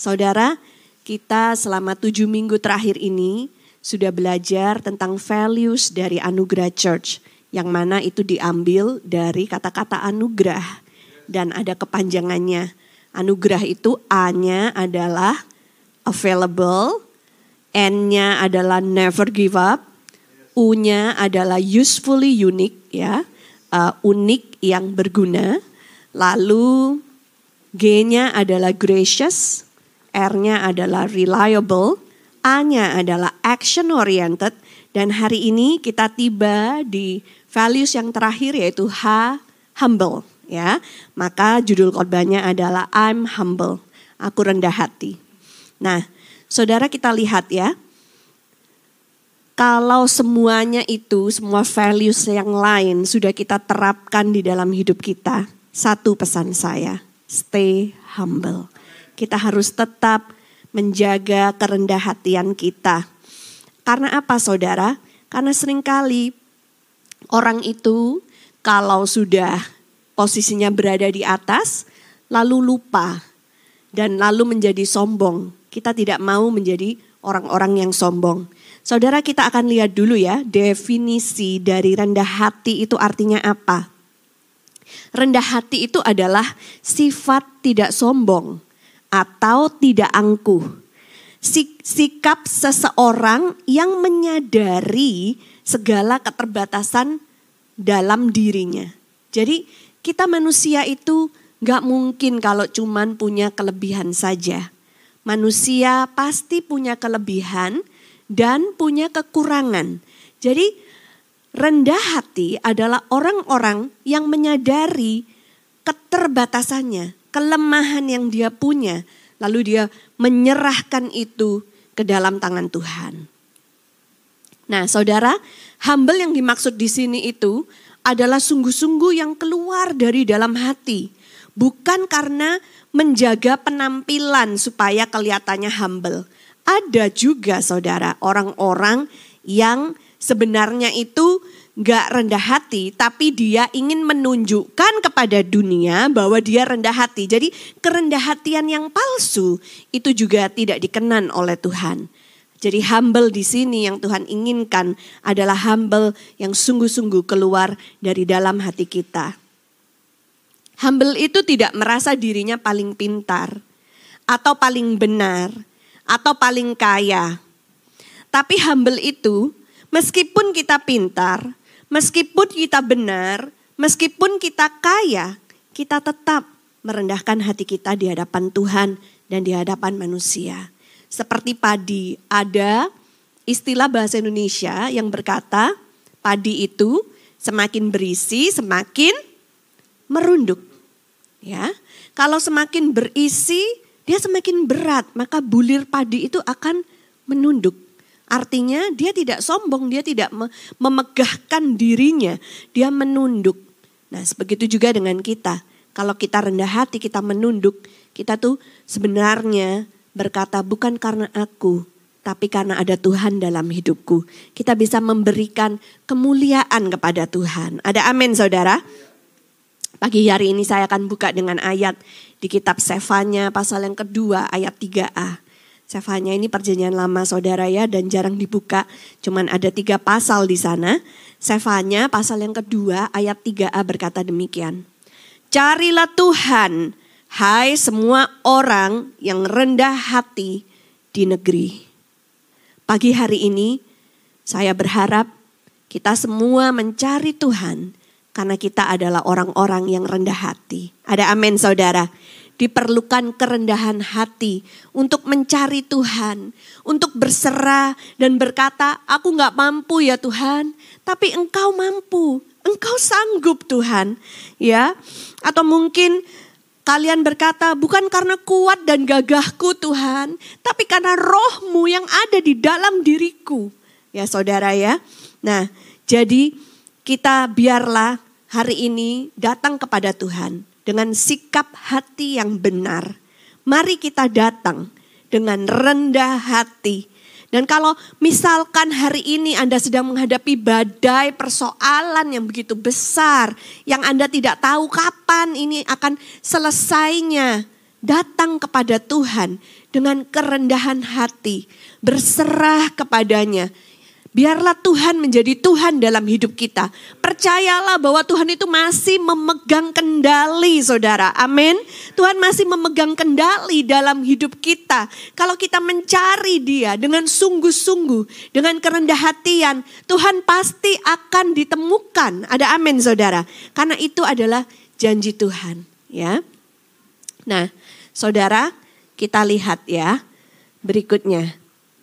Saudara, kita selama 7 minggu terakhir ini sudah belajar tentang values dari Anugerah Church. Yang mana itu diambil dari kata-kata anugerah dan ada kepanjangannya. Anugerah itu A-nya adalah available, N-nya adalah never give up, U-nya adalah usefully unique, ya, unik yang berguna. Lalu G-nya adalah gracious, R-nya adalah reliable, A-nya adalah action oriented. Dan hari ini kita tiba di values yang terakhir yaitu H, humble, ya. Maka judul khotbahnya adalah I'm humble, aku rendah hati. Nah, saudara, kita lihat ya. Kalau semuanya itu, semua values yang lain sudah kita terapkan di dalam hidup kita, satu pesan saya, stay humble. Kita harus tetap menjaga kerendah hatian kita. Karena apa, saudara? Karena seringkali orang itu kalau sudah posisinya berada di atas, lalu lupa dan lalu menjadi sombong. Kita tidak mau menjadi orang-orang yang sombong. Saudara, kita akan lihat dulu ya, definisi dari rendah hati itu artinya apa. Rendah hati itu adalah sifat tidak sombong atau tidak angkuh. Sikap seseorang yang menyadari segala keterbatasan dalam dirinya. Jadi kita manusia itu gak mungkin kalau cuman punya kelebihan saja. Manusia pasti punya kelebihan dan punya kekurangan. Jadi rendah hati adalah orang-orang yang menyadari keterbatasannya, kelemahan yang dia punya. Lalu dia menyerahkan itu ke dalam tangan Tuhan. Nah, saudara, humble yang dimaksud di sini itu adalah sungguh-sungguh yang keluar dari dalam hati. Bukan karena menjaga penampilan supaya kelihatannya humble. Ada juga, saudara, orang-orang yang sebenarnya itu gak rendah hati, tapi dia ingin menunjukkan kepada dunia bahwa dia rendah hati. Jadi kerendah hatian yang palsu itu juga tidak dikenan oleh Tuhan. Jadi humble di sini yang Tuhan inginkan adalah humble yang sungguh-sungguh keluar dari dalam hati kita. Humble itu tidak merasa dirinya paling pintar, atau paling benar, atau paling kaya. Tapi humble itu meskipun kita pintar, meskipun kita benar, meskipun kita kaya, kita tetap merendahkan hati kita di hadapan Tuhan dan di hadapan manusia. Seperti padi, ada istilah bahasa Indonesia yang berkata, padi itu semakin berisi, semakin merunduk. Ya, kalau semakin berisi, dia semakin berat, maka bulir padi itu akan menunduk. Artinya dia tidak sombong, dia tidak memegahkan dirinya, dia menunduk. Nah, begitu juga dengan kita. Kalau kita rendah hati, kita menunduk, kita tuh sebenarnya berkata bukan karena aku, tapi karena ada Tuhan dalam hidupku. Kita bisa memberikan kemuliaan kepada Tuhan. Ada amin, saudara? Pagi hari ini saya akan buka dengan ayat di kitab Sefanya pasal yang kedua ayat 3a. Sefanya ini perjanjian lama, saudara ya, dan jarang dibuka. Cuman ada 3 pasal di sana. Sefanya pasal yang kedua ayat 3a berkata demikian. Carilah Tuhan, hai semua orang yang rendah hati di negeri. Pagi hari ini saya berharap kita semua mencari Tuhan. Karena kita adalah orang-orang yang rendah hati. Ada amin, saudara. Diperlukan kerendahan hati untuk mencari Tuhan, untuk berserah dan berkata, aku gak mampu ya Tuhan, tapi Engkau mampu, Engkau sanggup Tuhan. Ya, atau mungkin kalian berkata, bukan karena kuat dan gagahku Tuhan, tapi karena roh-Mu yang ada di dalam diriku. Ya saudara ya. Nah, jadi kita biarlah hari ini datang kepada Tuhan dengan sikap hati yang benar. Mari kita datang dengan rendah hati. Dan kalau misalkan hari ini Anda sedang menghadapi badai persoalan yang begitu besar, yang Anda tidak tahu kapan ini akan selesainya, datang kepada Tuhan dengan kerendahan hati, berserah kepadanya. Biarlah Tuhan menjadi Tuhan dalam hidup kita. Percayalah bahwa Tuhan itu masih memegang kendali, saudara. Amin. Tuhan masih memegang kendali dalam hidup kita. Kalau kita mencari Dia dengan sungguh-sungguh, dengan kerendah hatian, Tuhan pasti akan ditemukan. Ada amin, saudara. Karena itu adalah janji Tuhan. Ya. Nah, saudara, kita lihat ya berikutnya.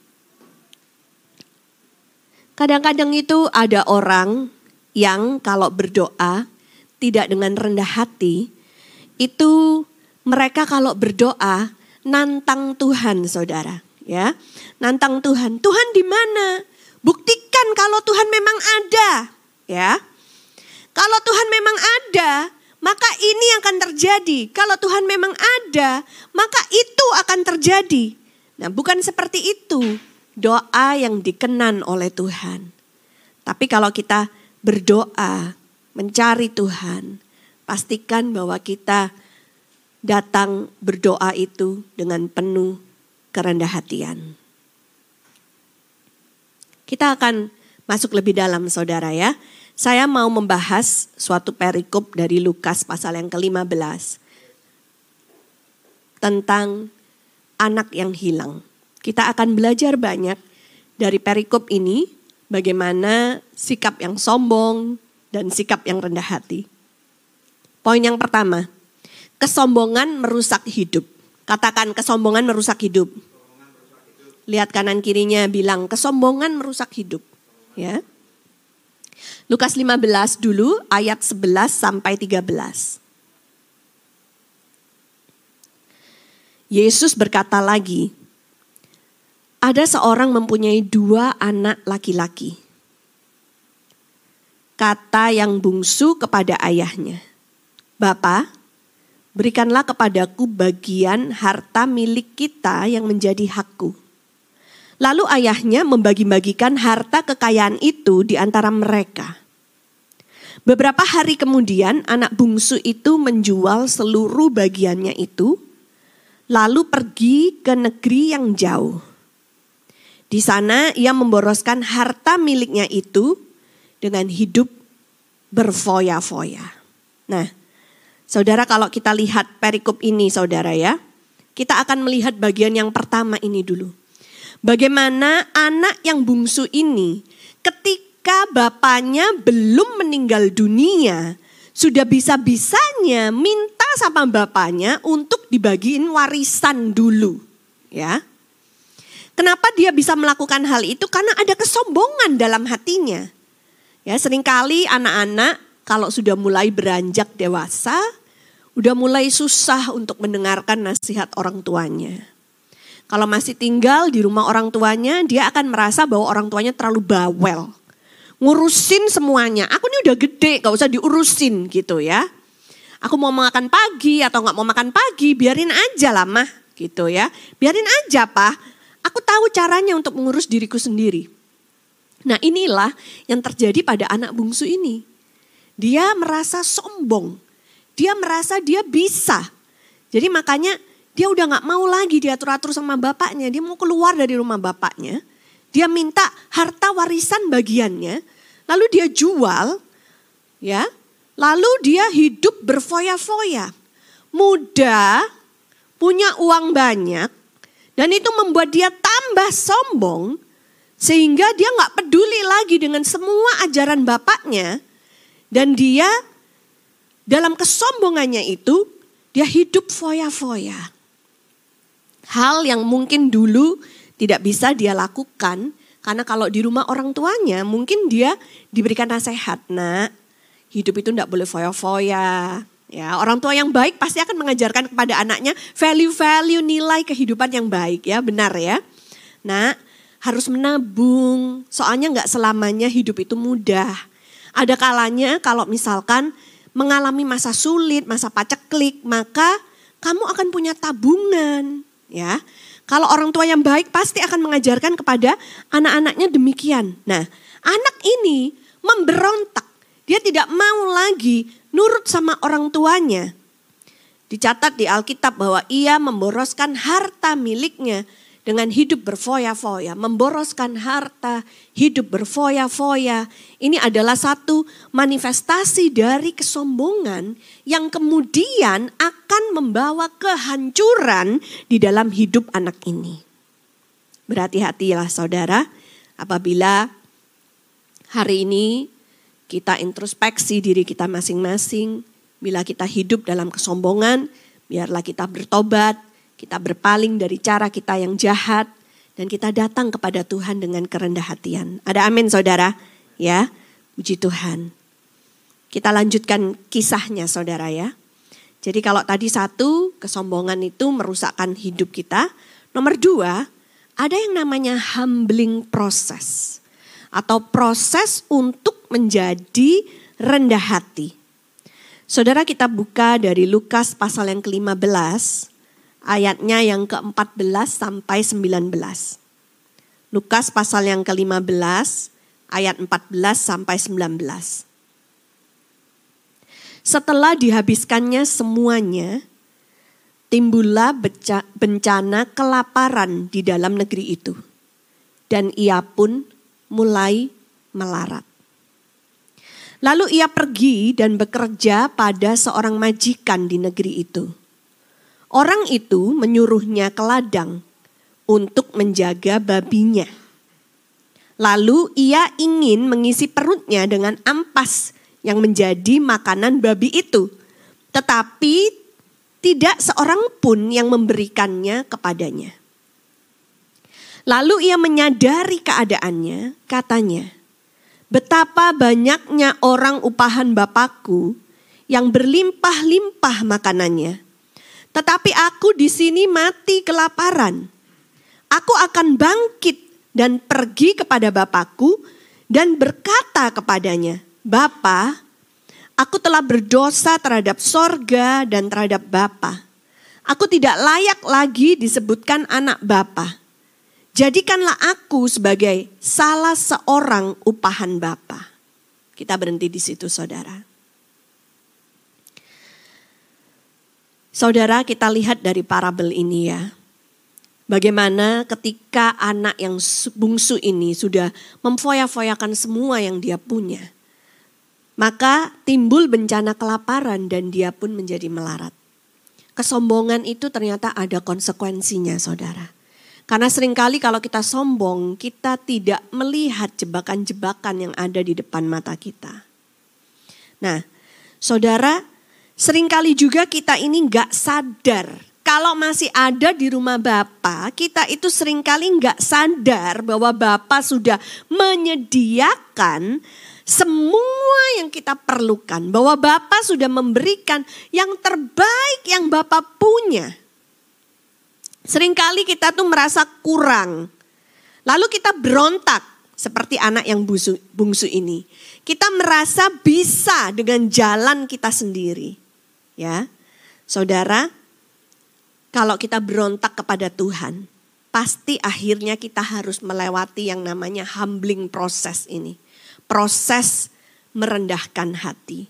Kadang-kadang itu ada orang yang kalau berdoa tidak dengan rendah hati, itu mereka kalau berdoa nantang Tuhan, saudara. Ya, nantang Tuhan. Tuhan di mana? Buktikan kalau Tuhan memang ada. Ya, kalau Tuhan memang ada, maka ini akan terjadi. Kalau Tuhan memang ada, maka itu akan terjadi. Nah, bukan seperti itu doa yang dikenan oleh Tuhan. Tapi kalau kita berdoa, mencari Tuhan, pastikan bahwa kita datang berdoa itu dengan penuh kerendah hatian. Kita akan masuk lebih dalam, saudara ya. Saya mau membahas suatu perikop dari Lukas pasal yang ke-15. Tentang anak yang hilang. Kita akan belajar banyak dari perikop ini, bagaimana sikap yang sombong dan sikap yang rendah hati. Poin yang pertama, kesombongan merusak hidup. Katakan kesombongan merusak hidup. Lihat kanan kirinya bilang kesombongan merusak hidup. Ya. Lukas 15 dulu ayat 11 sampai 13. Yesus berkata lagi, ada seorang mempunyai 2 anak laki-laki. Kata yang bungsu kepada ayahnya, Bapa, berikanlah kepadaku bagian harta milik kita yang menjadi hakku. Lalu ayahnya membagi-bagikan harta kekayaan itu di antara mereka. Beberapa hari kemudian anak bungsu itu menjual seluruh bagiannya itu, lalu pergi ke negeri yang jauh. Di sana ia memboroskan harta miliknya itu dengan hidup berfoya-foya. Nah, saudara, kalau kita lihat perikop ini, saudara ya, kita akan melihat bagian yang pertama ini dulu. Bagaimana anak yang bungsu ini ketika bapaknya belum meninggal dunia, sudah bisa-bisanya minta sama bapaknya untuk dibagiin warisan dulu. Ya. Kenapa dia bisa melakukan hal itu? Karena ada kesombongan dalam hatinya. Ya, seringkali anak-anak kalau sudah mulai beranjak dewasa, udah mulai susah untuk mendengarkan nasihat orang tuanya. Kalau masih tinggal di rumah orang tuanya, dia akan merasa bahwa orang tuanya terlalu bawel. Ngurusin semuanya. Aku ini udah gede, gak usah diurusin gitu ya. Aku mau makan pagi atau gak mau makan pagi, biarin aja lah mah gitu ya. Biarin aja Pak. Aku tahu caranya untuk mengurus diriku sendiri. Nah, inilah yang terjadi pada anak bungsu ini. Dia merasa sombong. Dia merasa dia bisa. Jadi makanya dia udah gak mau lagi diatur-atur sama bapaknya. Dia mau keluar dari rumah bapaknya. Dia minta harta warisan bagiannya. Lalu dia jual. Ya. Lalu dia hidup berfoya-foya. Muda, punya uang banyak. Dan itu membuat dia tambah sombong. Sehingga dia gak peduli lagi dengan semua ajaran bapaknya. Dan dia dalam kesombongannya itu, dia hidup foya-foya. Hal yang mungkin dulu tidak bisa dia lakukan. Karena kalau di rumah orang tuanya mungkin dia diberikan nasihat. Nak, hidup itu gak boleh foya-foya. Ya, orang tua yang baik pasti akan mengajarkan kepada anaknya value-value nilai kehidupan yang baik ya, benar ya. Nah, harus menabung, soalnya gak selamanya hidup itu mudah. Ada kalanya kalau misalkan mengalami masa sulit, masa paceklik, maka kamu akan punya tabungan ya. Kalau orang tua yang baik pasti akan mengajarkan kepada anak-anaknya demikian. Nah, anak ini memberontak, dia tidak mau lagi nurut sama orang tuanya. Dicatat di Alkitab bahwa ia memboroskan harta miliknya dengan hidup berfoya-foya. Memboroskan harta, hidup berfoya-foya. Ini adalah satu manifestasi dari kesombongan yang kemudian akan membawa kehancuran di dalam hidup anak ini. Berhati-hatilah saudara, apabila hari ini kita introspeksi diri kita masing-masing. Bila kita hidup dalam kesombongan, biarlah kita bertobat, kita berpaling dari cara kita yang jahat, dan kita datang kepada Tuhan dengan kerendah hatian. Ada amin saudara? Ya, puji Tuhan. Kita lanjutkan kisahnya saudara ya. Jadi kalau tadi satu, kesombongan itu merusakkan hidup kita. Nomor dua, ada yang namanya humbling process. Atau proses untuk menjadi rendah hati. Saudara kita buka dari Lukas pasal yang ke-15, ayatnya yang ke-14 sampai 19. Lukas pasal yang ke-15, ayat 14 sampai 19. Setelah dihabiskannya semuanya, timbullah bencana kelaparan di dalam negeri itu. Dan ia pun mulai melarat. Lalu ia pergi dan bekerja pada seorang majikan di negeri itu. Orang itu menyuruhnya ke ladang untuk menjaga babinya. Lalu ia ingin mengisi perutnya dengan ampas yang menjadi makanan babi itu. Tetapi tidak seorang pun yang memberikannya kepadanya. Lalu ia menyadari keadaannya, katanya, betapa banyaknya orang upahan Bapakku yang berlimpah-limpah makanannya. Tetapi aku di sini mati kelaparan. Aku akan bangkit dan pergi kepada Bapakku dan berkata kepadanya, Bapa, aku telah berdosa terhadap sorga dan terhadap Bapa. Aku tidak layak lagi disebutkan anak Bapa. Jadikanlah aku sebagai salah seorang upahan Bapa. Kita berhenti di situ saudara. Saudara, kita lihat dari parabel ini ya. Bagaimana ketika anak yang bungsu ini sudah memfoya-foyakan semua yang dia punya. Maka timbul bencana kelaparan dan dia pun menjadi melarat. Kesombongan itu ternyata ada konsekuensinya saudara. Karena seringkali kalau kita sombong, kita tidak melihat jebakan-jebakan yang ada di depan mata kita. Nah, saudara, seringkali juga kita ini gak sadar. Kalau masih ada di rumah Bapa, kita itu seringkali gak sadar bahwa Bapa sudah menyediakan semua yang kita perlukan. Bahwa Bapa sudah memberikan yang terbaik yang Bapa punya. Seringkali kita tuh merasa kurang. Lalu kita berontak seperti anak yang bungsu ini. Kita merasa bisa dengan jalan kita sendiri. Ya, saudara, kalau kita berontak kepada Tuhan, pasti akhirnya kita harus melewati yang namanya humbling process ini. Proses merendahkan hati.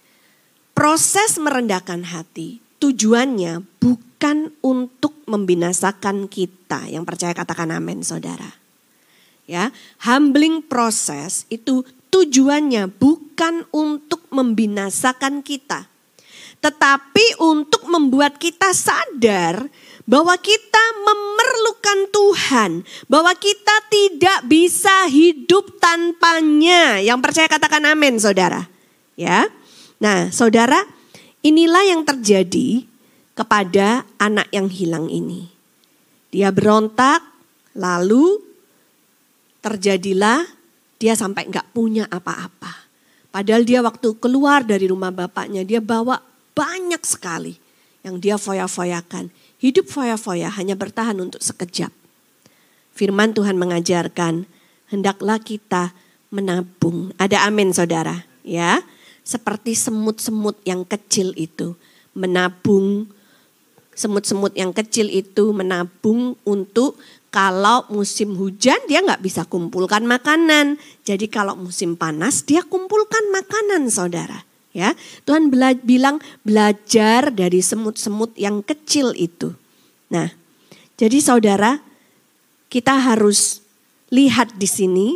Proses merendahkan hati tujuannya bukan untuk membinasakan kita. Yang percaya katakan amin saudara. Ya, humbling process itu tujuannya bukan untuk membinasakan kita. Tetapi untuk membuat kita sadar bahwa kita memerlukan Tuhan. Bahwa kita tidak bisa hidup tanpanya. Yang percaya katakan amin saudara. Ya, nah saudara, inilah yang terjadi kepada anak yang hilang ini. Dia berontak, lalu terjadilah dia sampai gak punya apa-apa. Padahal dia waktu keluar dari rumah bapaknya, dia bawa banyak sekali yang dia foya-foyakan. Hidup foya-foya hanya bertahan untuk sekejap. Firman Tuhan mengajarkan, hendaklah kita menabung. Ada amin saudara, ya. Seperti semut-semut yang kecil itu menabung. Semut-semut yang kecil itu menabung untuk kalau musim hujan dia gak bisa kumpulkan makanan. Jadi kalau musim panas dia kumpulkan makanan saudara. Ya, Tuhan bilang belajar dari semut-semut yang kecil itu. Nah, jadi saudara, kita harus lihat di sini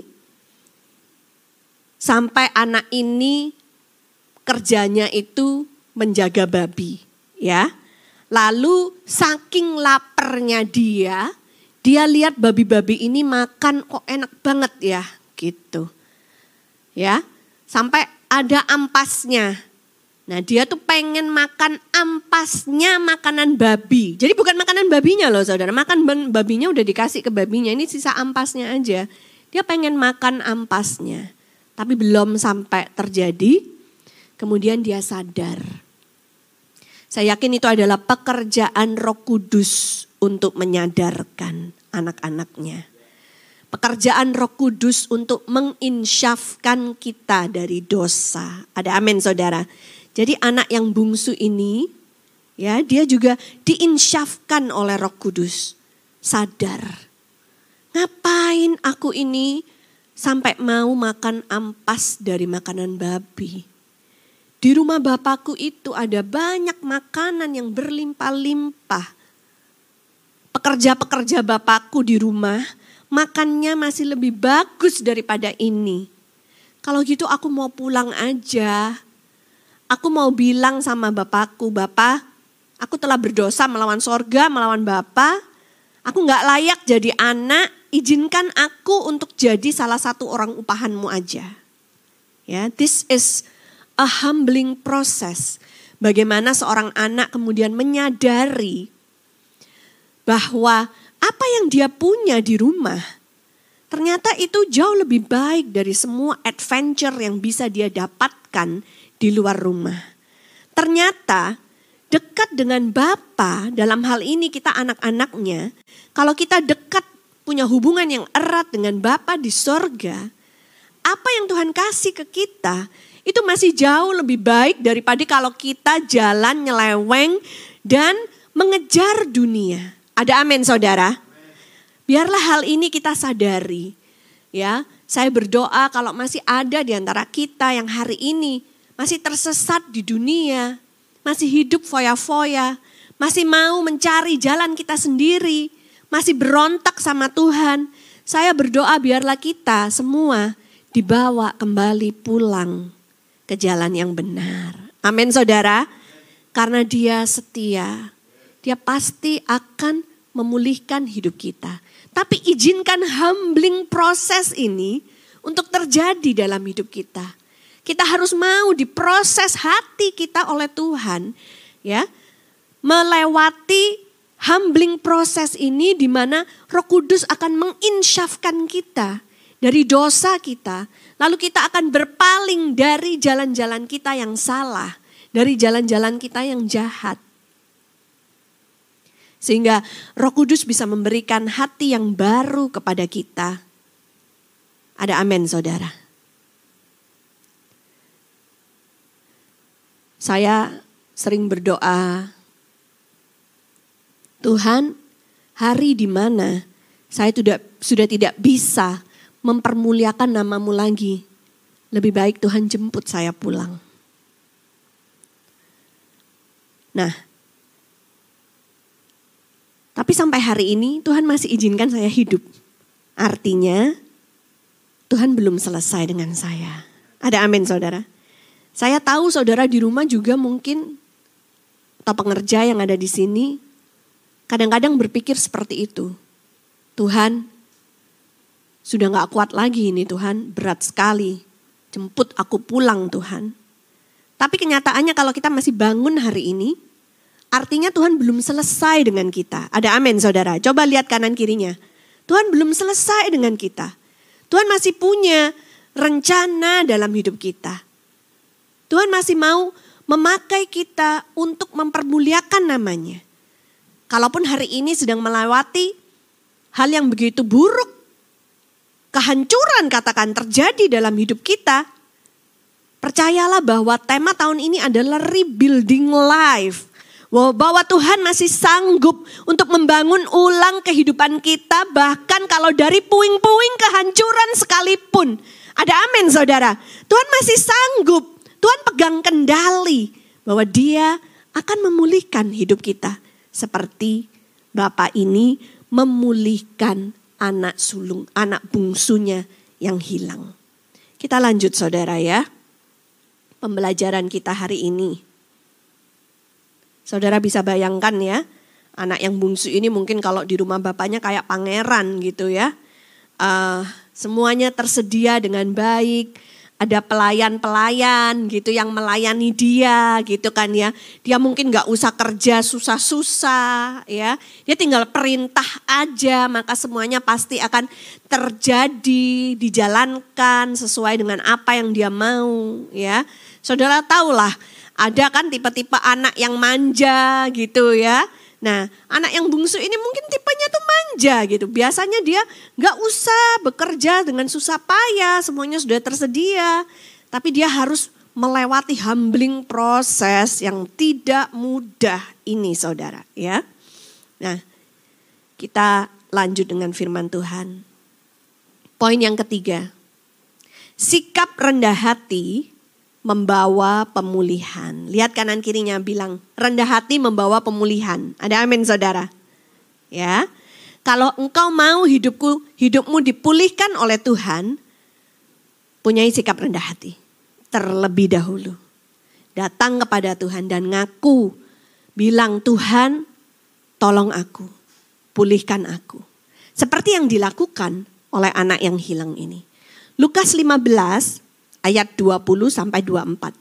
sampai anak ini kerjanya itu menjaga babi, ya. Lalu saking laparnya dia lihat babi-babi ini makan kok enak banget ya, gitu. Ya, sampai ada ampasnya. Nah, dia tuh pengen makan ampasnya makanan babi. Jadi bukan makanan babinya loh saudara, makan babinya udah dikasih ke babinya, ini sisa ampasnya aja. Dia pengen makan ampasnya, tapi belum sampai terjadi, kemudian dia sadar. Saya yakin itu adalah pekerjaan Roh Kudus untuk menyadarkan anak-anaknya. Pekerjaan Roh Kudus untuk menginsyafkan kita dari dosa. Ada amin saudara. Jadi anak yang bungsu ini, ya dia juga diinsyafkan oleh Roh Kudus. Sadar, ngapain aku ini sampai mau makan ampas dari makanan babi. Di rumah Bapakku itu ada banyak makanan yang berlimpah-limpah. Pekerja-pekerja Bapakku di rumah makannya masih lebih bagus daripada ini. Kalau gitu aku mau pulang aja. Aku mau bilang sama Bapakku, Bapak, aku telah berdosa melawan sorga, melawan Bapak. Aku gak layak jadi anak, izinkan aku untuk jadi salah satu orang upahanmu aja. Ya, this is a humbling process. Bagaimana seorang anak kemudian menyadari bahwa apa yang dia punya di rumah ternyata itu jauh lebih baik dari semua adventure yang bisa dia dapatkan di luar rumah. Ternyata dekat dengan Bapa, dalam hal ini kita anak-anaknya, kalau kita dekat punya hubungan yang erat dengan Bapa di sorga, apa yang Tuhan kasih ke kita itu masih jauh lebih baik daripada kalau kita jalan nyeleweng dan mengejar dunia. Ada amin saudara? Biarlah hal ini kita sadari. Ya, saya berdoa kalau masih ada di antara kita yang hari ini masih tersesat di dunia, masih hidup foya-foya, masih mau mencari jalan kita sendiri, masih berontak sama Tuhan. Saya berdoa biarlah kita semua dibawa kembali pulang ke jalan yang benar. Amin saudara. Karena dia setia, dia pasti akan memulihkan hidup kita. Tapi izinkan humbling proses ini untuk terjadi dalam hidup kita. Kita harus mau diproses hati kita oleh Tuhan, ya, melewati humbling proses ini di mana Roh Kudus akan menginsyafkan kita dari dosa kita, lalu kita akan berpaling dari jalan-jalan kita yang salah, dari jalan-jalan kita yang jahat. Sehingga Roh Kudus bisa memberikan hati yang baru kepada kita. Ada amin saudara. Saya sering berdoa, Tuhan, hari di mana saya sudah tidak bisa mempermuliakan nama-Mu lagi. Lebih baik Tuhan jemput saya pulang. Nah, tapi sampai hari ini Tuhan masih izinkan saya hidup. Artinya Tuhan belum selesai dengan saya. Ada amin saudara. Saya tahu saudara di rumah juga mungkin atau pengerja yang ada di sini kadang-kadang berpikir seperti itu. Tuhan, sudah gak kuat lagi ini Tuhan, berat sekali. Jemput aku pulang Tuhan. Tapi kenyataannya kalau kita masih bangun hari ini, artinya Tuhan belum selesai dengan kita. Ada amin saudara, coba lihat kanan kirinya. Tuhan belum selesai dengan kita. Tuhan masih punya rencana dalam hidup kita. Tuhan masih mau memakai kita untuk mempermuliakan namanya. Kalaupun hari ini sedang melewati hal yang begitu buruk, kehancuran katakan terjadi dalam hidup kita, percayalah bahwa tema tahun ini adalah rebuilding life. Bahwa Tuhan masih sanggup untuk membangun ulang kehidupan kita, bahkan kalau dari puing-puing kehancuran sekalipun. Ada amin saudara. Tuhan masih sanggup. Tuhan memegang kendali bahwa dia akan memulihkan hidup kita. Seperti Bapak ini memulihkan anak sulung, anak bungsunya yang hilang. Kita lanjut saudara ya. Pembelajaran kita hari ini. Saudara bisa bayangkan ya, anak yang bungsu ini mungkin kalau di rumah bapaknya kayak pangeran gitu ya. Semuanya tersedia dengan baik. Ada pelayan-pelayan gitu yang melayani dia gitu kan ya. Dia mungkin gak usah kerja susah-susah ya. Dia tinggal perintah aja, maka semuanya pasti akan terjadi, dijalankan sesuai dengan apa yang dia mau ya. Saudara tahulah, ada kan tipe-tipe anak yang manja gitu ya. Nah, anak yang bungsu ini mungkin tipenya tuh manja gitu. Biasanya dia gak usah bekerja dengan susah payah, semuanya sudah tersedia. Tapi dia harus melewati humbling proses yang tidak mudah ini saudara ya. Nah, kita lanjut dengan firman Tuhan. Poin yang ketiga, sikap rendah hati membawa pemulihan. Lihat kanan kirinya bilang, rendah hati membawa pemulihan. Ada amin saudara? Ya. Kalau engkau mau hidupmu dipulihkan oleh Tuhan, punyai sikap rendah hati. Terlebih dahulu. Datang kepada Tuhan dan ngaku. Bilang, Tuhan tolong aku. Pulihkan aku. Seperti yang dilakukan oleh anak yang hilang ini. Lukas 15 ayat 20 sampai 24.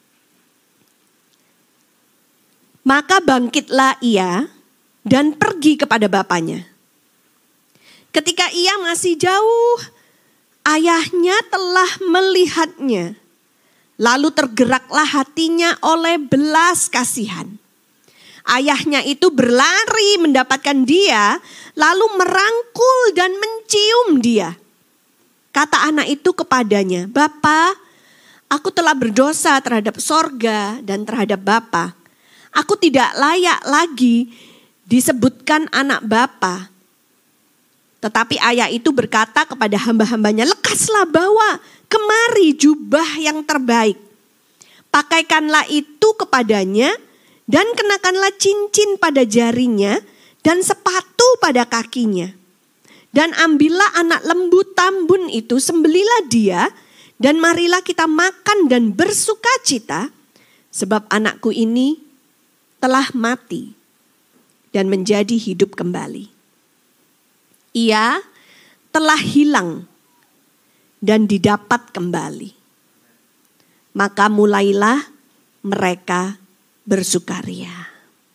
Maka bangkitlah ia dan pergi kepada bapaknya. Ketika ia masih jauh, ayahnya telah melihatnya. Lalu tergeraklah hatinya oleh belas kasihan. Ayahnya itu berlari mendapatkan dia, lalu merangkul dan mencium dia. Kata anak itu kepadanya, Bapa, aku telah berdosa terhadap sorga dan terhadap Bapa. Aku tidak layak lagi disebutkan anak Bapa. Tetapi ayah itu berkata kepada hamba-hambanya, lekaslah bawa kemari jubah yang terbaik. Pakaikanlah itu kepadanya dan kenakanlah cincin pada jarinya dan sepatu pada kakinya. Dan ambillah anak lembu tambun itu, sembelilah dia, dan marilah kita makan dan bersukacita, sebab anakku ini telah mati dan menjadi hidup kembali. Ia telah hilang dan didapat kembali. Maka mulailah mereka bersukaria.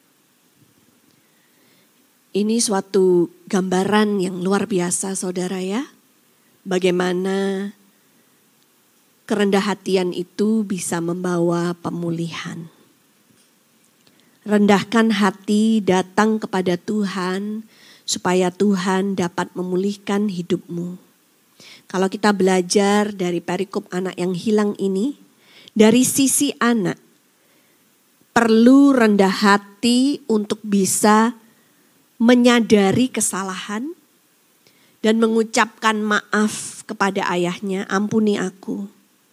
Ini suatu gambaran yang luar biasa saudara ya. Bagaimana kerendah hatian itu bisa membawa pemulihan. Rendahkan hati, datang kepada Tuhan supaya Tuhan dapat memulihkan hidupmu. Kalau kita belajar dari perikop anak yang hilang ini, dari sisi anak perlu rendah hati untuk bisa menyadari kesalahan dan mengucapkan maaf kepada ayahnya, ampuni aku.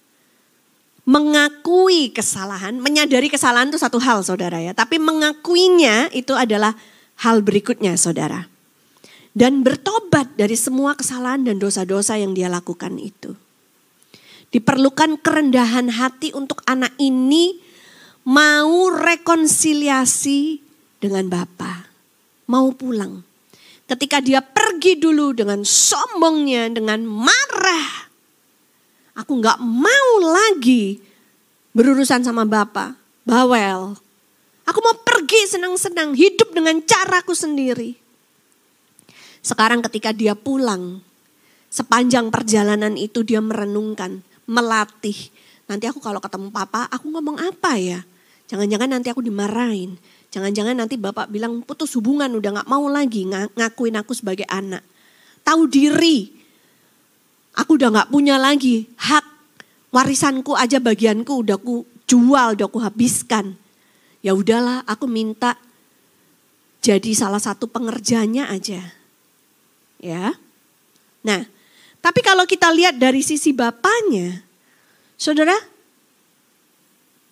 Mengakui kesalahan, menyadari kesalahan itu satu hal saudara ya. Tapi mengakuinya itu adalah hal berikutnya saudara. Dan bertobat dari semua kesalahan dan dosa-dosa yang dia lakukan itu. Diperlukan kerendahan hati untuk anak ini mau rekonsiliasi dengan Bapa. Mau pulang. Ketika dia pergi dulu dengan sombongnya, dengan marah. Aku gak mau lagi berurusan sama Bapa. Bawel. Aku mau pergi senang-senang, hidup dengan caraku sendiri. Sekarang ketika dia pulang, sepanjang perjalanan itu dia merenungkan, melatih. Nanti aku kalau ketemu Papa, aku ngomong apa ya? Jangan-jangan nanti aku dimarahin. Jangan-jangan nanti Bapak bilang putus hubungan, udah gak mau lagi ngakuin aku sebagai anak. Tahu diri, aku udah gak punya lagi hak. Warisanku aja bagianku udah aku jual, udah aku habiskan. Ya udahlah, aku minta jadi salah satu pengerjanya aja. Ya. Nah, tapi kalau kita lihat dari sisi bapaknya, saudara,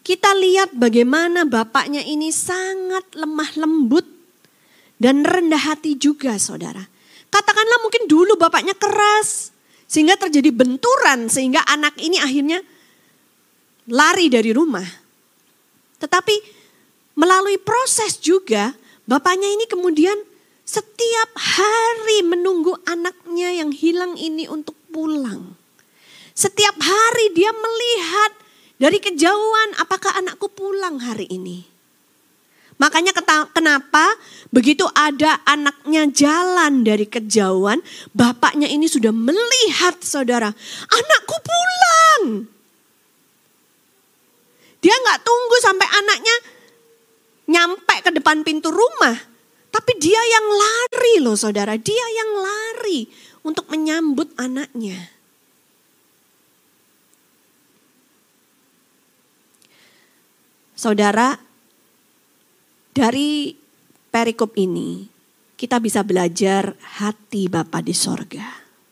Kita lihat bagaimana bapaknya ini sangat lemah lembut dan rendah hati juga, saudara. Katakanlah mungkin dulu bapaknya keras sehingga terjadi benturan sehingga anak ini akhirnya lari dari rumah. Tetapi melalui proses juga bapaknya ini kemudian setiap hari menunggu anaknya yang hilang ini untuk pulang. Setiap hari dia melihat dari kejauhan apakah anakku pulang hari ini. Makanya kenapa begitu ada anaknya jalan dari kejauhan, bapaknya ini sudah melihat, saudara, anakku pulang. Dia gak tunggu sampai anaknya nyampe ke depan pintu rumah. Tapi dia yang lari loh, saudara. Dia yang lari untuk menyambut anaknya. Saudara, dari perikop ini kita bisa belajar hati Bapa di sorga.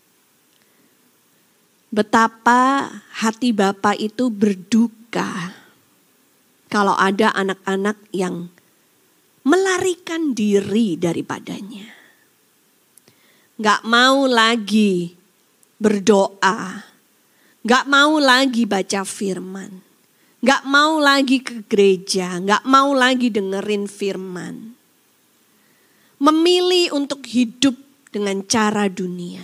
Betapa hati Bapa itu berduka kalau ada anak-anak yang melarikan diri daripadanya. Gak mau lagi berdoa, gak mau lagi baca firman. Gak mau lagi ke gereja, gak mau lagi dengerin firman. Memilih untuk hidup dengan cara dunia.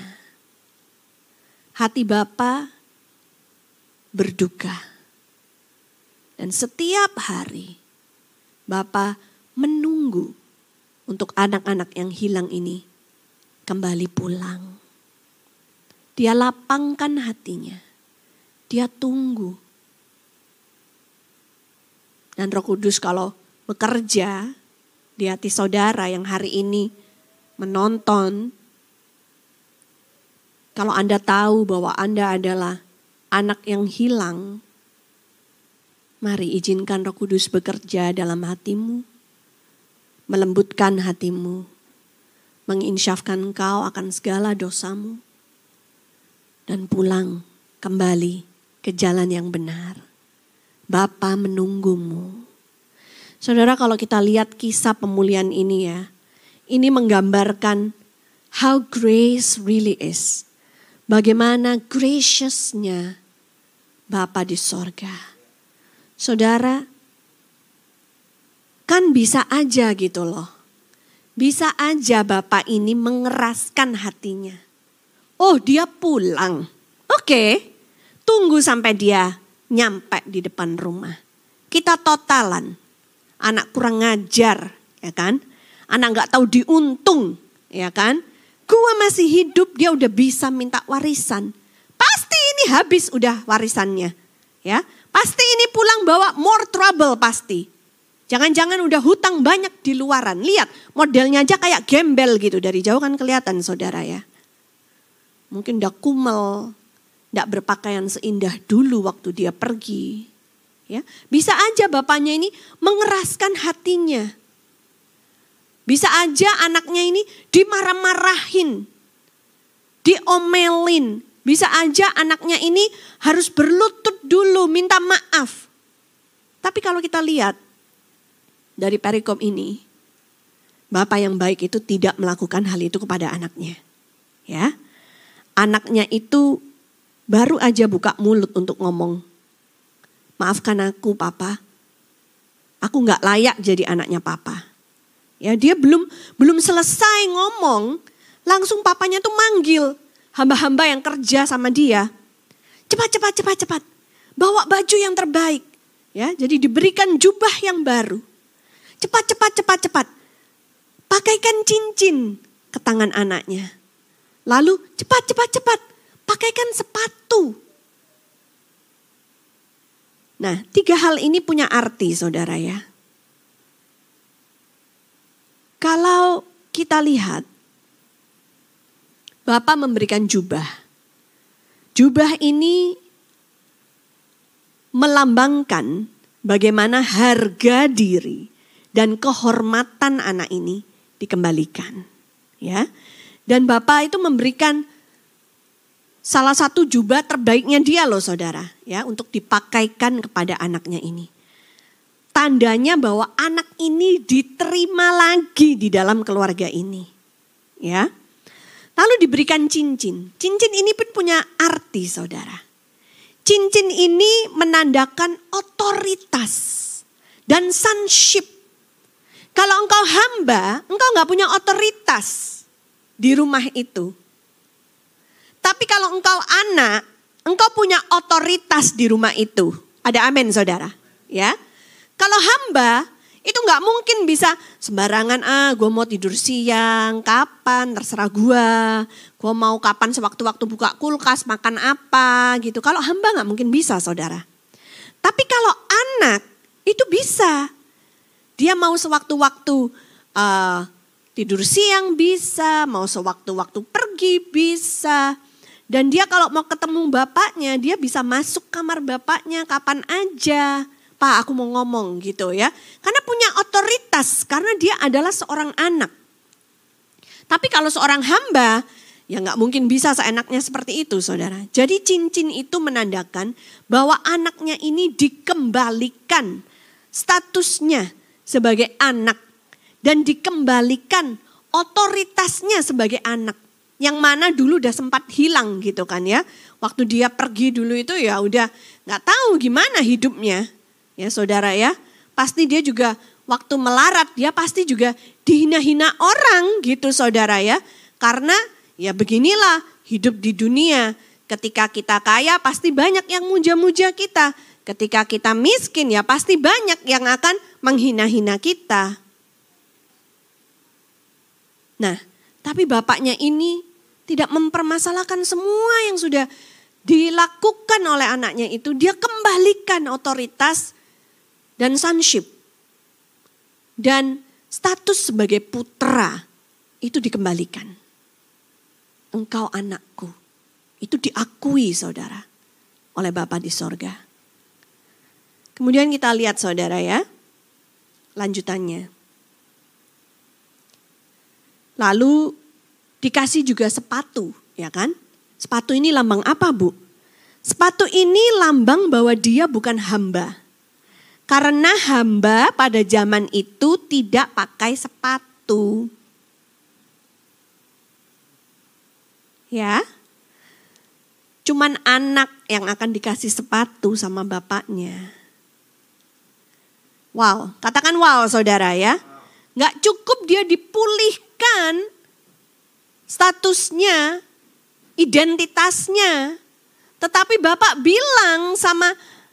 Hati Bapa berduka. Dan setiap hari Bapa menunggu untuk anak-anak yang hilang ini kembali pulang. Dia lapangkan hatinya. Dia tunggu. Dan Roh Kudus kalau bekerja di hati saudara yang hari ini menonton. Kalau Anda tahu bahwa Anda adalah anak yang hilang. Mari izinkan Roh Kudus bekerja dalam hatimu. Melembutkan hatimu. Menginsyafkan engkau akan segala dosamu. Dan pulang kembali ke jalan yang benar. Bapa menunggumu. Saudara, kalau kita lihat kisah pemulihan ini ya, ini menggambarkan how grace really is. Bagaimana graciousnya Bapa di sorga. Saudara, kan bisa aja gitu loh. Bisa aja Bapa ini mengeraskan hatinya. Oh, dia pulang. Oke, tunggu sampai dia nyampe di depan rumah. Kita totalan. Anak kurang ngajar, ya kan? Anak gak tahu diuntung, ya kan? Gua masih hidup, dia udah bisa minta warisan. Pasti ini habis udah warisannya. Ya, pasti ini pulang bawa more trouble pasti. Jangan-jangan udah hutang banyak di luaran. Lihat, modelnya aja kayak gembel gitu. Dari jauh kan kelihatan, saudara ya. Mungkin udah kumel. Tidak berpakaian seindah dulu waktu dia pergi. Ya, bisa aja bapaknya ini mengeraskan hatinya. Bisa aja anaknya ini dimarah-marahin. Diomelin. Bisa aja anaknya ini harus berlutut dulu minta maaf. Tapi kalau kita lihat dari perikop ini. Bapak yang baik itu tidak melakukan hal itu kepada anaknya. Ya, anaknya itu baru aja buka mulut untuk ngomong, maafkan aku Papa, aku gak layak jadi anaknya Papa. Ya, dia belum selesai ngomong, langsung papanya tuh manggil hamba-hamba yang kerja sama dia. Cepat, bawa baju yang terbaik. Ya, jadi diberikan jubah yang baru. Cepat. Pakaikan cincin ke tangan anaknya. Lalu cepat. Pakaikan sepatu. Nah, 3 hal ini punya arti, saudara ya. Kalau kita lihat, Bapak memberikan jubah. Jubah ini melambangkan bagaimana harga diri dan kehormatan anak ini dikembalikan. Ya. Dan Bapak itu memberikan salah satu jubah terbaiknya dia loh saudara, ya, untuk dipakaikan kepada anaknya ini. tandanya bahwa anak ini diterima lagi di dalam keluarga ini. Ya. Lalu diberikan cincin. Cincin ini pun punya arti, saudara. Cincin ini menandakan otoritas dan sonship. Kalau engkau hamba, engkau gak punya otoritas di rumah itu. Tapi kalau engkau anak, engkau punya otoritas di rumah itu. Ada amin, saudara. Ya. Kalau hamba, itu gak mungkin bisa sembarangan, gue mau tidur siang, kapan, terserah gue. Gue mau kapan sewaktu-waktu buka kulkas, makan apa gitu. Kalau hamba gak mungkin bisa, saudara. Tapi kalau anak, itu bisa. Dia mau sewaktu-waktu tidur siang bisa, mau sewaktu-waktu pergi bisa. Dan dia kalau mau ketemu bapaknya, dia bisa masuk kamar bapaknya kapan aja. Pak, aku mau ngomong gitu ya. Karena punya otoritas, karena dia adalah seorang anak. Tapi kalau seorang hamba, ya gak mungkin bisa seenaknya seperti itu, saudara. Jadi cincin itu menandakan bahwa anaknya ini dikembalikan statusnya sebagai anak dan dikembalikan otoritasnya sebagai anak yang mana dulu udah sempat hilang gitu kan ya. Waktu dia pergi dulu itu ya udah nggak tahu gimana hidupnya ya saudara ya. Pasti dia juga waktu melarat dia pasti juga dihina-hina orang gitu saudara ya. Karena ya beginilah hidup di dunia. Ketika kita kaya pasti banyak yang muja-muja kita. Ketika kita miskin ya pasti banyak yang akan menghina-hina kita. Nah, tapi bapaknya ini tidak mempermasalahkan semua yang sudah dilakukan oleh anaknya itu. Dia kembalikan otoritas dan sonship. Dan status sebagai putra itu dikembalikan. Engkau anakku. Itu diakui saudara oleh Bapa di sorga. Kemudian kita lihat saudara ya, lanjutannya. Lalu dikasih juga sepatu, ya kan? Sepatu ini lambang apa, Bu? Sepatu ini lambang bahwa dia bukan hamba. Karena hamba pada zaman itu tidak pakai sepatu. Ya. Cuman anak yang akan dikasih sepatu sama bapaknya. Wow, katakan wow saudara ya. Gak cukup dia dipulihkan statusnya, identitasnya. Tetapi Bapak bilang sama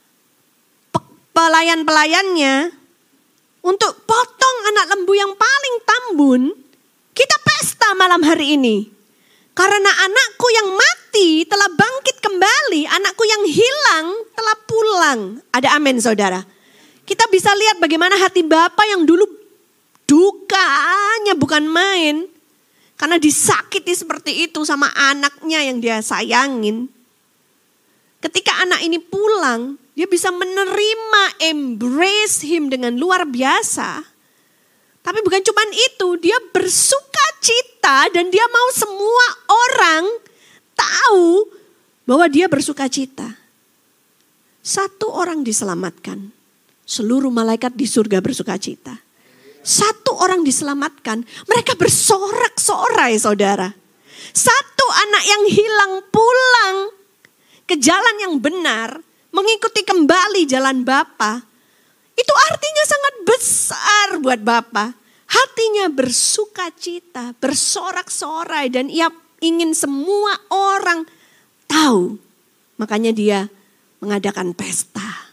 pelayan-pelayannya, untuk potong anak lembu yang paling tambun, kita pesta malam hari ini. Karena anakku yang mati telah bangkit kembali, anakku yang hilang telah pulang. Ada amin saudara. Kita bisa lihat bagaimana hati Bapak yang dulu dukanya bukan main. Karena disakiti seperti itu sama anaknya yang dia sayangin. Ketika anak ini pulang, dia bisa menerima, embrace him dengan luar biasa. Tapi bukan cuma itu, dia bersuka cita dan dia mau semua orang tahu bahwa dia bersuka cita. Satu orang diselamatkan. Seluruh malaikat di surga bersuka cita. Satu orang diselamatkan, mereka bersorak-sorai saudara. Satu anak yang hilang pulang ke jalan yang benar, mengikuti kembali jalan Bapa. Itu artinya sangat besar buat Bapa. Hatinya bersuka cita, bersorak-sorai dan ia ingin semua orang tahu. Makanya dia mengadakan pesta.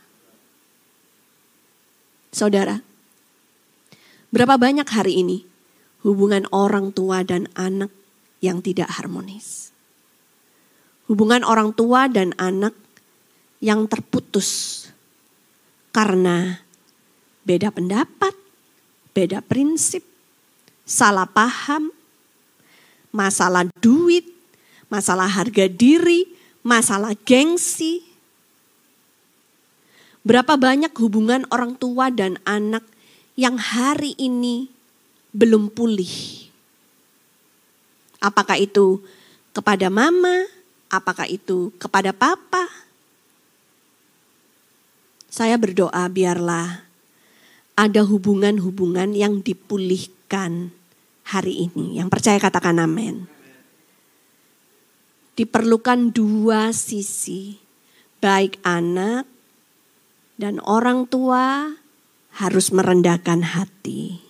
Saudara, berapa banyak hari ini hubungan orang tua dan anak yang tidak harmonis. Hubungan orang tua dan anak yang terputus karena beda pendapat, beda prinsip, salah paham, masalah duit, masalah harga diri, masalah gengsi. Berapa banyak hubungan orang tua dan anak yang hari ini belum pulih. Apakah itu kepada mama, apakah itu kepada papa? Saya berdoa biarlah ada hubungan-hubungan yang dipulihkan hari ini. Yang percaya katakan amin. Diperlukan dua sisi, baik anak dan orang tua harus merendahkan hati.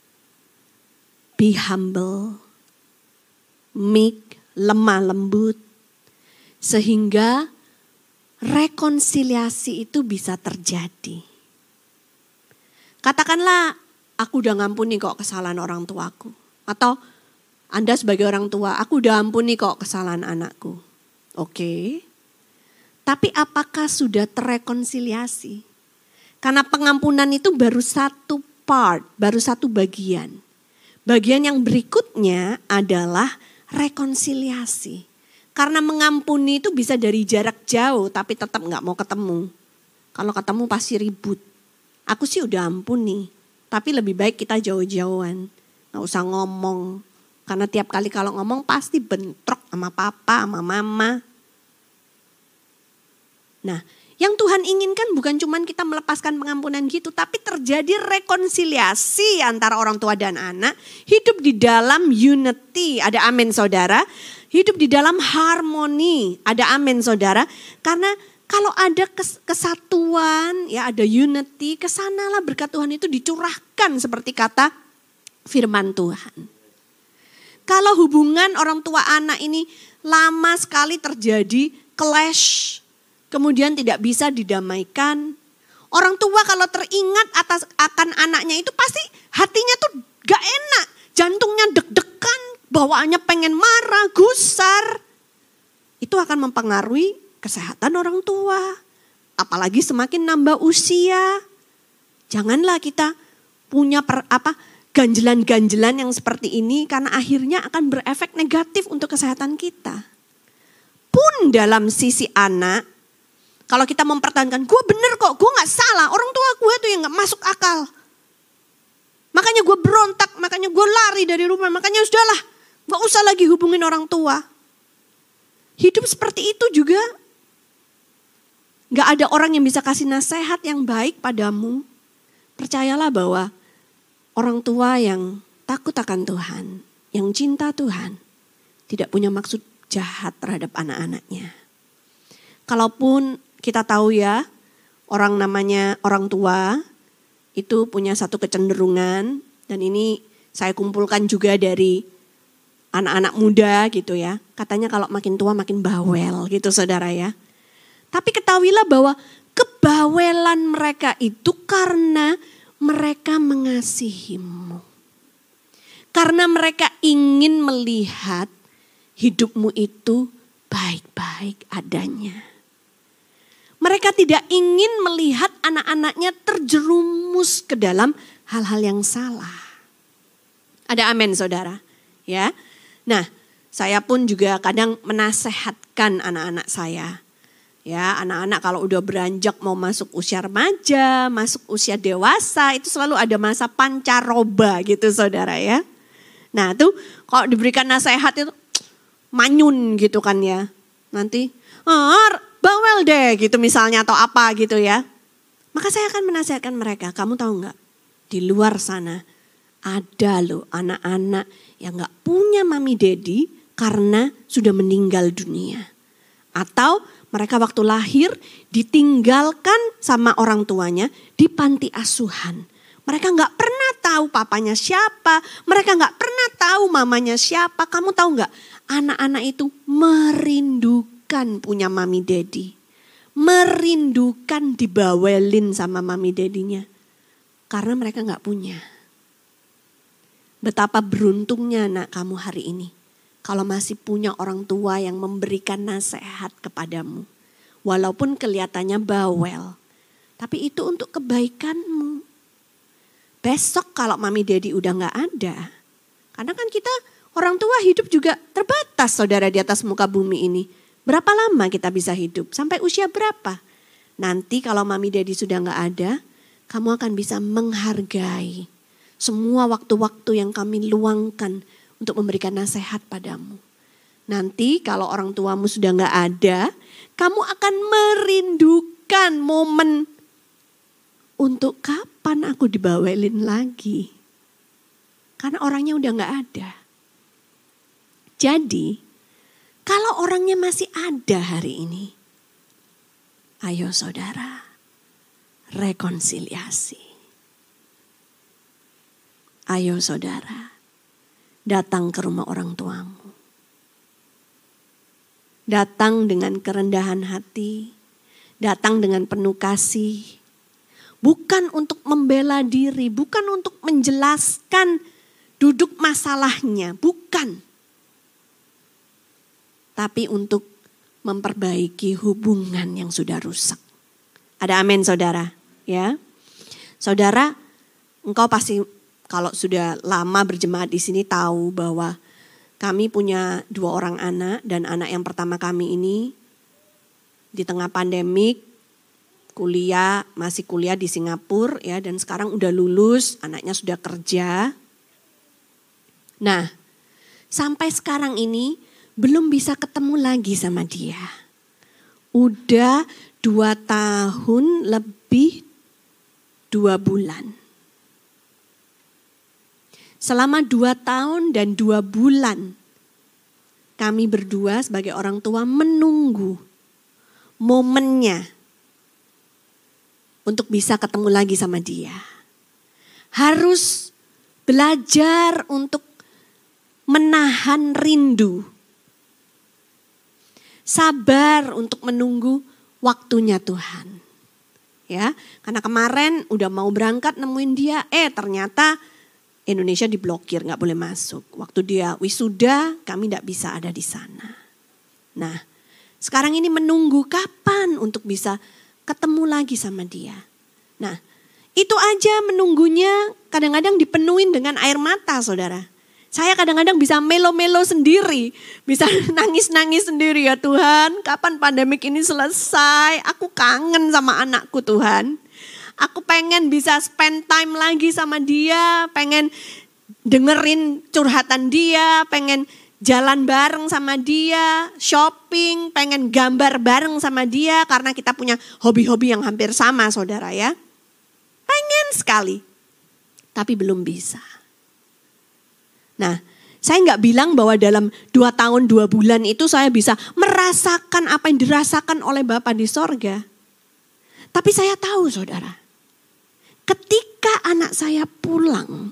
Be humble, meek, lemah lembut, sehingga rekonsiliasi itu bisa terjadi. Katakanlah, aku udah ngampuni kok kesalahan orang tuaku. Atau Anda sebagai orang tua, aku udah ampuni kok kesalahan anakku. Oke. Tapi apakah sudah terrekonsiliasi? Karena pengampunan itu baru satu part, baru satu bagian. Bagian yang berikutnya adalah rekonsiliasi. Karena mengampuni itu bisa dari jarak jauh tapi tetap gak mau ketemu. Kalau ketemu pasti ribut. Aku sih udah ampuni, tapi lebih baik kita jauh-jauhan. Gak usah ngomong, karena tiap kali kalau ngomong pasti bentrok sama papa, sama mama. Nah, yang Tuhan inginkan bukan cuma kita melepaskan pengampunan gitu, tapi terjadi rekonsiliasi antara orang tua dan anak. Hidup di dalam unity, ada amin saudara. Hidup di dalam harmoni, ada amin saudara. Karena kalau ada kesatuan, ya ada unity, kesanalah berkat Tuhan itu dicurahkan seperti kata firman Tuhan. Kalau hubungan orang tua anak ini lama sekali terjadi clash, kemudian tidak bisa didamaikan. Orang tua kalau teringat akan anaknya itu pasti hatinya tuh gak enak. Jantungnya deg-degan, bawaannya pengen marah, gusar. Itu akan mempengaruhi kesehatan orang tua. Apalagi semakin nambah usia. Janganlah kita punya ganjelan-ganjelan yang seperti ini karena akhirnya akan berefek negatif untuk kesehatan kita. Pun dalam sisi anak, kalau kita mempertahankan, gue bener kok, gue gak salah. Orang tua gue tuh yang gak masuk akal. Makanya gue berontak, makanya gue lari dari rumah. Makanya sudahlah, gak usah lagi hubungin orang tua. Hidup seperti itu juga gak ada orang yang bisa kasih nasihat yang baik padamu. Percayalah bahwa orang tua yang takut akan Tuhan, yang cinta Tuhan, tidak punya maksud jahat terhadap anak-anaknya. Kalaupun kita tahu ya, orang namanya orang tua itu punya satu kecenderungan, dan ini saya kumpulkan juga dari anak-anak muda gitu ya. Katanya kalau makin tua makin bawel gitu saudara ya. Tapi ketahuilah bahwa kebawelan mereka itu karena mereka mengasihimu. Karena mereka ingin melihat hidupmu itu baik-baik adanya. Mereka tidak ingin melihat anak-anaknya terjerumus ke dalam hal-hal yang salah. Ada amin saudara. Ya. Nah, saya pun juga kadang menasehatkan anak-anak saya. Ya, anak-anak kalau udah beranjak mau masuk usia remaja, masuk usia dewasa, itu selalu ada masa pancaroba gitu saudara ya. Nah tuh kalau diberikan nasihat itu manyun gitu kan ya. Nanti bawel deh gitu misalnya atau apa gitu ya. Maka saya akan menasihatkan mereka, kamu tahu gak? Di luar sana ada loh anak-anak yang gak punya mami daddy karena sudah meninggal dunia. Atau mereka waktu lahir ditinggalkan sama orang tuanya di panti asuhan. Mereka gak pernah tahu papanya siapa. Mereka gak pernah tahu mamanya siapa. Kamu tahu gak? Anak-anak itu merindukan punya mami daddy. Merindukan dibawelin sama mami daddy-nya. Karena mereka gak punya. Betapa beruntungnya anak kamu hari ini. Kalau masih punya orang tua yang memberikan nasihat kepadamu. Walaupun kelihatannya bawel. Tapi itu untuk kebaikanmu. Besok kalau mami daddy udah gak ada. Karena kan kita orang tua hidup juga terbatas saudara di atas muka bumi ini. Berapa lama kita bisa hidup? Sampai usia berapa? Nanti kalau mami daddy sudah gak ada. Kamu akan bisa menghargai semua waktu-waktu yang kami luangkan untuk memberikan nasihat padamu. Nanti kalau orang tuamu sudah gak ada, kamu akan merindukan momen untuk kapan aku aku dibawelin lagi. Karena orangnya udah gak ada. Jadi, kalau orangnya masih ada hari ini, ayo saudara, rekonsiliasi. Ayo saudara, datang ke rumah orang tuamu. Datang dengan kerendahan hati, datang dengan penuh kasih. Bukan untuk membela diri, bukan untuk menjelaskan duduk masalahnya, bukan. Tapi untuk memperbaiki hubungan yang sudah rusak. Ada amin saudara, ya. Saudara, engkau pasti kalau sudah lama berjemaat di sini tahu bahwa kami punya 2 orang anak, dan anak yang pertama kami ini di tengah pandemik masih kuliah di Singapura ya, dan sekarang udah lulus, anaknya sudah kerja. Nah, sampai sekarang ini belum bisa ketemu lagi sama dia. Udah 2 tahun lebih 2 bulan. Selama 2 tahun dan 2 bulan, kami berdua sebagai orang tua menunggu momennya untuk bisa ketemu lagi sama dia. Harus belajar untuk menahan rindu. Sabar untuk menunggu waktunya Tuhan. Ya, karena kemarin udah mau berangkat nemuin dia, ternyata Indonesia diblokir, gak boleh masuk. Waktu dia wisuda, kami gak bisa ada di sana. Nah, sekarang ini menunggu kapan untuk bisa ketemu lagi sama dia. Nah, itu aja menunggunya kadang-kadang dipenuhin dengan air mata, saudara. Saya kadang-kadang bisa melo-melo sendiri, bisa nangis-nangis sendiri, ya Tuhan. Kapan pandemik ini selesai? Aku kangen sama anakku, Tuhan. Aku pengen bisa spend time lagi sama dia, pengen dengerin curhatan dia, pengen jalan bareng sama dia, shopping, pengen gambar bareng sama dia karena kita punya hobi-hobi yang hampir sama, saudara ya. Pengen sekali, tapi belum bisa. Nah, saya nggak bilang bahwa dalam 2 tahun 2 bulan itu saya bisa merasakan apa yang dirasakan oleh Bapa di sorga. Tapi saya tahu, saudara, ketika anak saya pulang,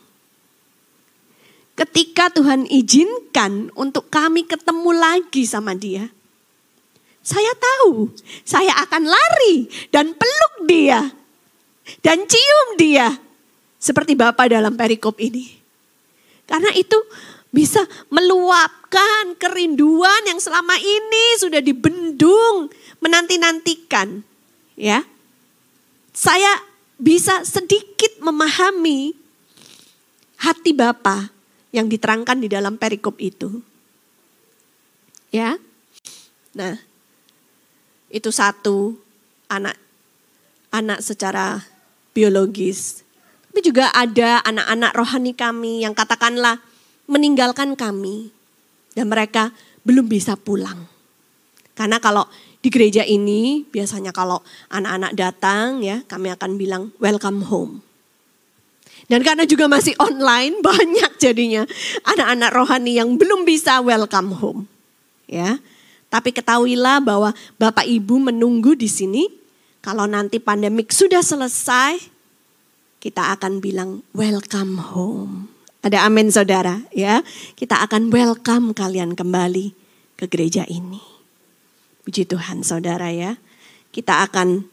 ketika Tuhan izinkan untuk kami ketemu lagi sama dia, saya tahu saya akan lari dan peluk dia dan cium dia seperti Bapa dalam perikop ini. Karena itu bisa meluapkan kerinduan yang selama ini sudah dibendung, menanti-nantikan. Ya, saya bisa sedikit memahami hati Bapa yang diterangkan di dalam perikop itu. Ya. Nah, itu satu anak secara biologis. Tapi juga ada anak-anak rohani kami yang katakanlah meninggalkan kami. Dan mereka belum bisa pulang. Karena kalau di gereja ini biasanya kalau anak-anak datang ya, kami akan bilang welcome home. Dan karena juga masih online, banyak jadinya anak-anak rohani yang belum bisa welcome home. Ya, tapi ketahuilah bahwa Bapak Ibu menunggu di sini. Kalau nanti pandemik sudah selesai, kita akan bilang welcome home. Ada amin saudara ya. Kita akan welcome kalian kembali ke gereja ini. Puji Tuhan saudara ya. Kita akan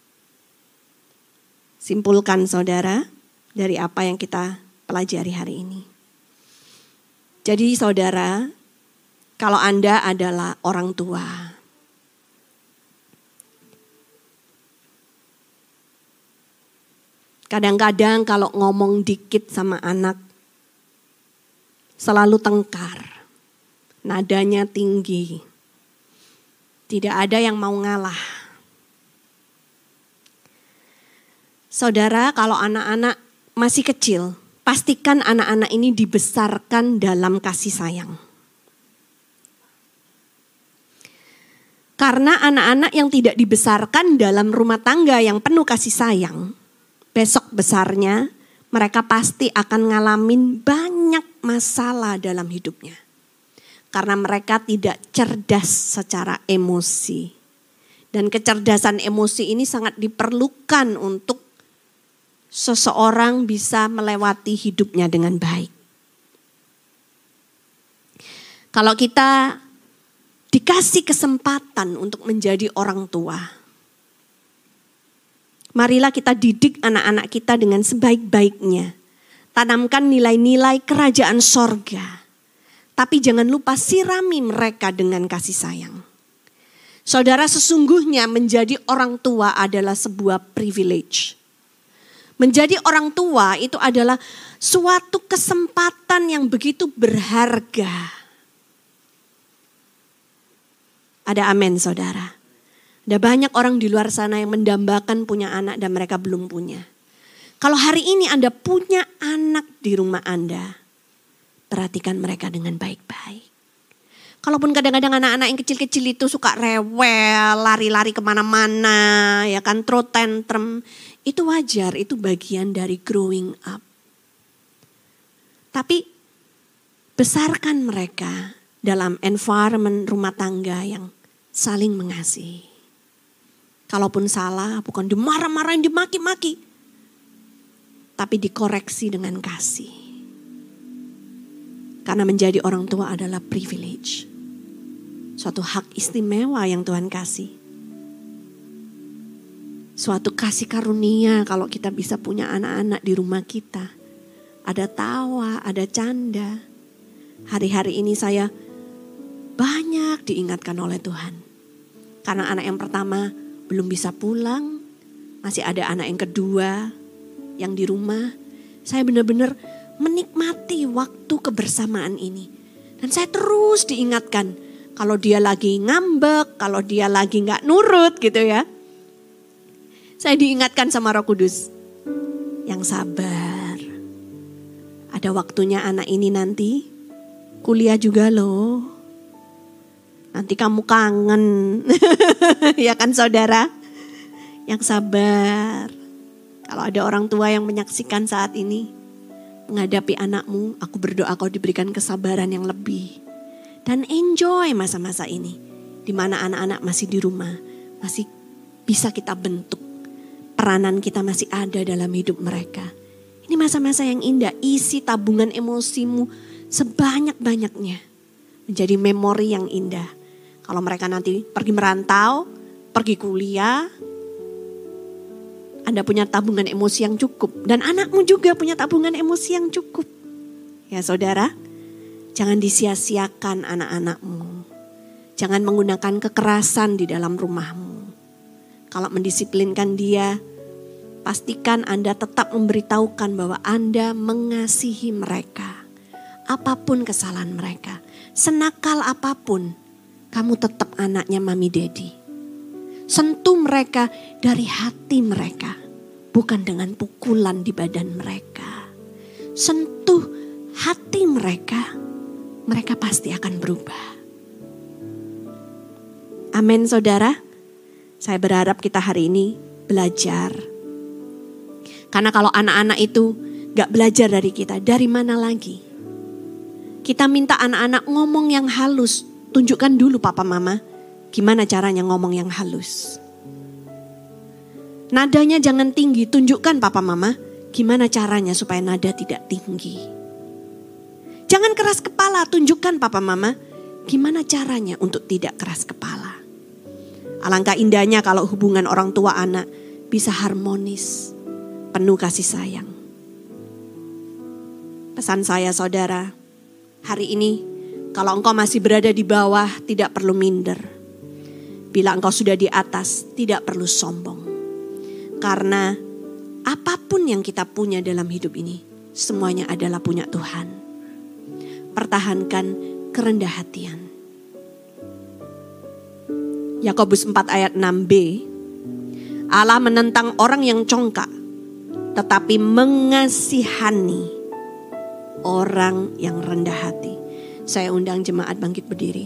simpulkan saudara dari apa yang kita pelajari hari ini. Jadi saudara, kalau Anda adalah orang tua, kadang-kadang kalau ngomong dikit sama anak, selalu tengkar, nadanya tinggi, tidak ada yang mau ngalah. Saudara, kalau anak-anak masih kecil, pastikan anak-anak ini dibesarkan dalam kasih sayang. Karena anak-anak yang tidak dibesarkan dalam rumah tangga yang penuh kasih sayang, besok besarnya mereka pasti akan ngalamin banyak masalah dalam hidupnya. Karena mereka tidak cerdas secara emosi. Dan kecerdasan emosi ini sangat diperlukan untuk seseorang bisa melewati hidupnya dengan baik. Kalau kita dikasih kesempatan untuk menjadi orang tua, marilah kita didik anak-anak kita dengan sebaik-baiknya. Tanamkan nilai-nilai kerajaan sorga. Tapi jangan lupa sirami mereka dengan kasih sayang. Saudara, sesungguhnya menjadi orang tua adalah sebuah privilege. Menjadi orang tua itu adalah suatu kesempatan yang begitu berharga. Ada amin, saudara. Ada banyak orang di luar sana yang mendambakan punya anak dan mereka belum punya. Kalau hari ini Anda punya anak di rumah Anda, perhatikan mereka dengan baik-baik. Kalaupun kadang-kadang anak-anak yang kecil-kecil itu suka rewel, lari-lari kemana-mana, ya kan, throw tantrum. Itu wajar, itu bagian dari growing up. Tapi besarkan mereka dalam environment rumah tangga yang saling mengasihi. Kalaupun salah, bukan dimarah-marahin, dimaki-maki. Tapi dikoreksi dengan kasih. Karena menjadi orang tua adalah privilege. Suatu hak istimewa yang Tuhan kasih. Suatu kasih karunia kalau kita bisa punya anak-anak di rumah kita. Ada tawa, ada canda. Hari-hari ini saya banyak diingatkan oleh Tuhan. Karena anak yang pertama belum bisa pulang. Masih ada anak yang kedua yang di rumah. Saya benar-benar menikmati waktu kebersamaan ini. Dan saya terus diingatkan. Kalau dia lagi ngambek, kalau dia lagi gak nurut gitu ya. Saya diingatkan sama Roh Kudus. Yang sabar. Ada waktunya anak ini nanti kuliah juga loh. Nanti kamu kangen. Ya kan saudara? Yang sabar. Kalau ada orang tua yang menyaksikan saat ini. Menghadapi anakmu, aku berdoa kau diberikan kesabaran yang lebih. Dan enjoy masa-masa ini. Di mana anak-anak masih di rumah. Masih bisa kita bentuk. Peranan kita masih ada dalam hidup mereka. Ini masa-masa yang indah. Isi tabungan emosimu sebanyak-banyaknya. Menjadi memori yang indah. Kalau mereka nanti pergi merantau, pergi kuliah. Anda punya tabungan emosi yang cukup. Dan anakmu juga punya tabungan emosi yang cukup. Ya saudara. Jangan disia-siakan anak-anakmu. Jangan menggunakan kekerasan di dalam rumahmu. Kalau mendisiplinkan dia, pastikan Anda tetap memberitahukan bahwa Anda mengasihi mereka. Apapun kesalahan mereka, senakal apapun, kamu tetap anaknya Mami Dedi. Sentuh mereka dari hati mereka, bukan dengan pukulan di badan mereka. Sentuh hati mereka. Mereka pasti akan berubah. Amin saudara. Saya berharap kita hari ini belajar. Karena kalau anak-anak itu gak belajar dari kita, dari mana lagi? Kita minta anak-anak ngomong yang halus. Tunjukkan dulu papa mama gimana caranya ngomong yang halus. Nadanya jangan tinggi, tunjukkan papa mama gimana caranya supaya nada tidak tinggi. Jangan keras kepala, tunjukkan papa mama gimana caranya untuk tidak keras kepala. Alangkah indahnya kalau hubungan orang tua anak bisa harmonis, penuh kasih sayang. Pesan saya saudara, hari ini kalau engkau masih berada di bawah tidak perlu minder. Bila engkau sudah di atas tidak perlu sombong. Karena apapun yang kita punya dalam hidup ini semuanya adalah punya Tuhan. Pertahankan kerendah hatian. Yakobus 4 ayat 6b. Allah menentang orang yang congkak, tetapi mengasihani orang yang rendah hati. Saya undang jemaat bangkit berdiri.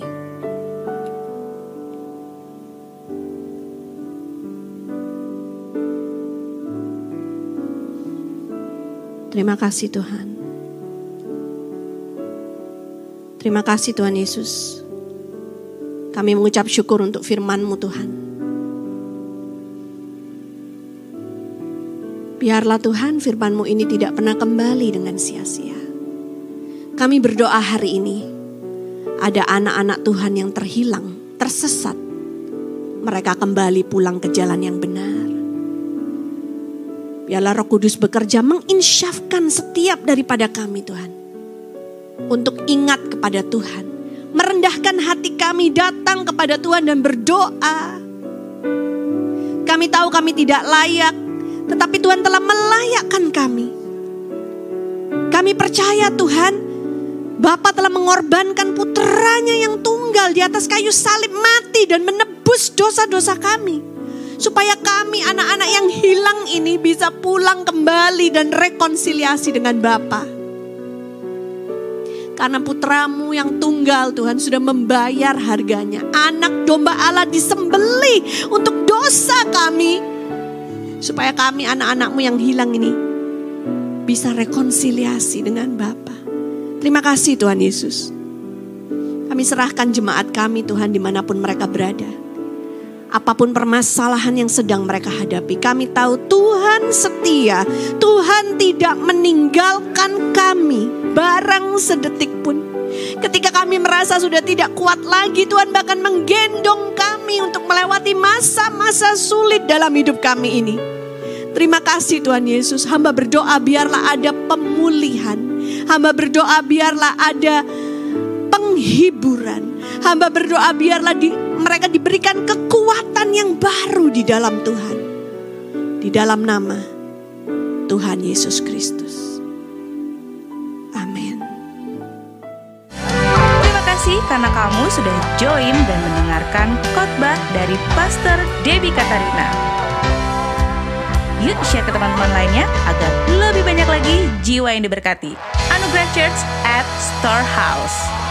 Terima kasih Tuhan. Terima kasih Tuhan Yesus. Kami mengucap syukur untuk firman-Mu Tuhan. Biarlah Tuhan firman-Mu ini tidak pernah kembali dengan sia-sia. Kami berdoa hari ini, ada anak-anak Tuhan yang terhilang, tersesat. Mereka kembali pulang ke jalan yang benar. Biarlah Roh Kudus bekerja menginsyafkan setiap daripada kami Tuhan. Untuk ingat kepada Tuhan. Merendahkan hati kami datang kepada Tuhan dan berdoa. Kami tahu kami tidak layak. Tetapi Tuhan telah melayakkan kami. Kami percaya Tuhan, Bapa telah mengorbankan putranya yang tunggal di atas kayu salib mati dan menebus dosa-dosa kami. Supaya kami anak-anak yang hilang ini bisa pulang kembali dan rekonsiliasi dengan Bapa. Karena putramu yang tunggal Tuhan sudah membayar harganya. Anak domba Allah disembelih untuk dosa kami. Supaya kami anak-anakmu yang hilang ini bisa rekonsiliasi dengan Bapa. Terima kasih Tuhan Yesus. Kami serahkan jemaat kami Tuhan dimanapun mereka berada. Apapun permasalahan yang sedang mereka hadapi. Kami tahu Tuhan setia. Tuhan tidak meninggalkan kami barang sedetik pun. Ketika kami merasa sudah tidak kuat lagi, Tuhan bahkan menggendong kami untuk melewati masa-masa sulit dalam hidup kami ini. Terima kasih Tuhan Yesus. Hamba berdoa biarlah ada pemulihan. Hamba berdoa biarlah ada penghiburan. Hamba berdoa biarlah mereka diberikan kekuatan yang baru di dalam Tuhan. Di dalam nama Tuhan Yesus Kristus. Amin. Terima kasih karena kamu sudah join dan mendengarkan khotbah dari Pastor Debbie Katarina. Yuk share ke teman-teman lainnya agar lebih banyak lagi jiwa yang diberkati. Anugerah Church at Storehouse.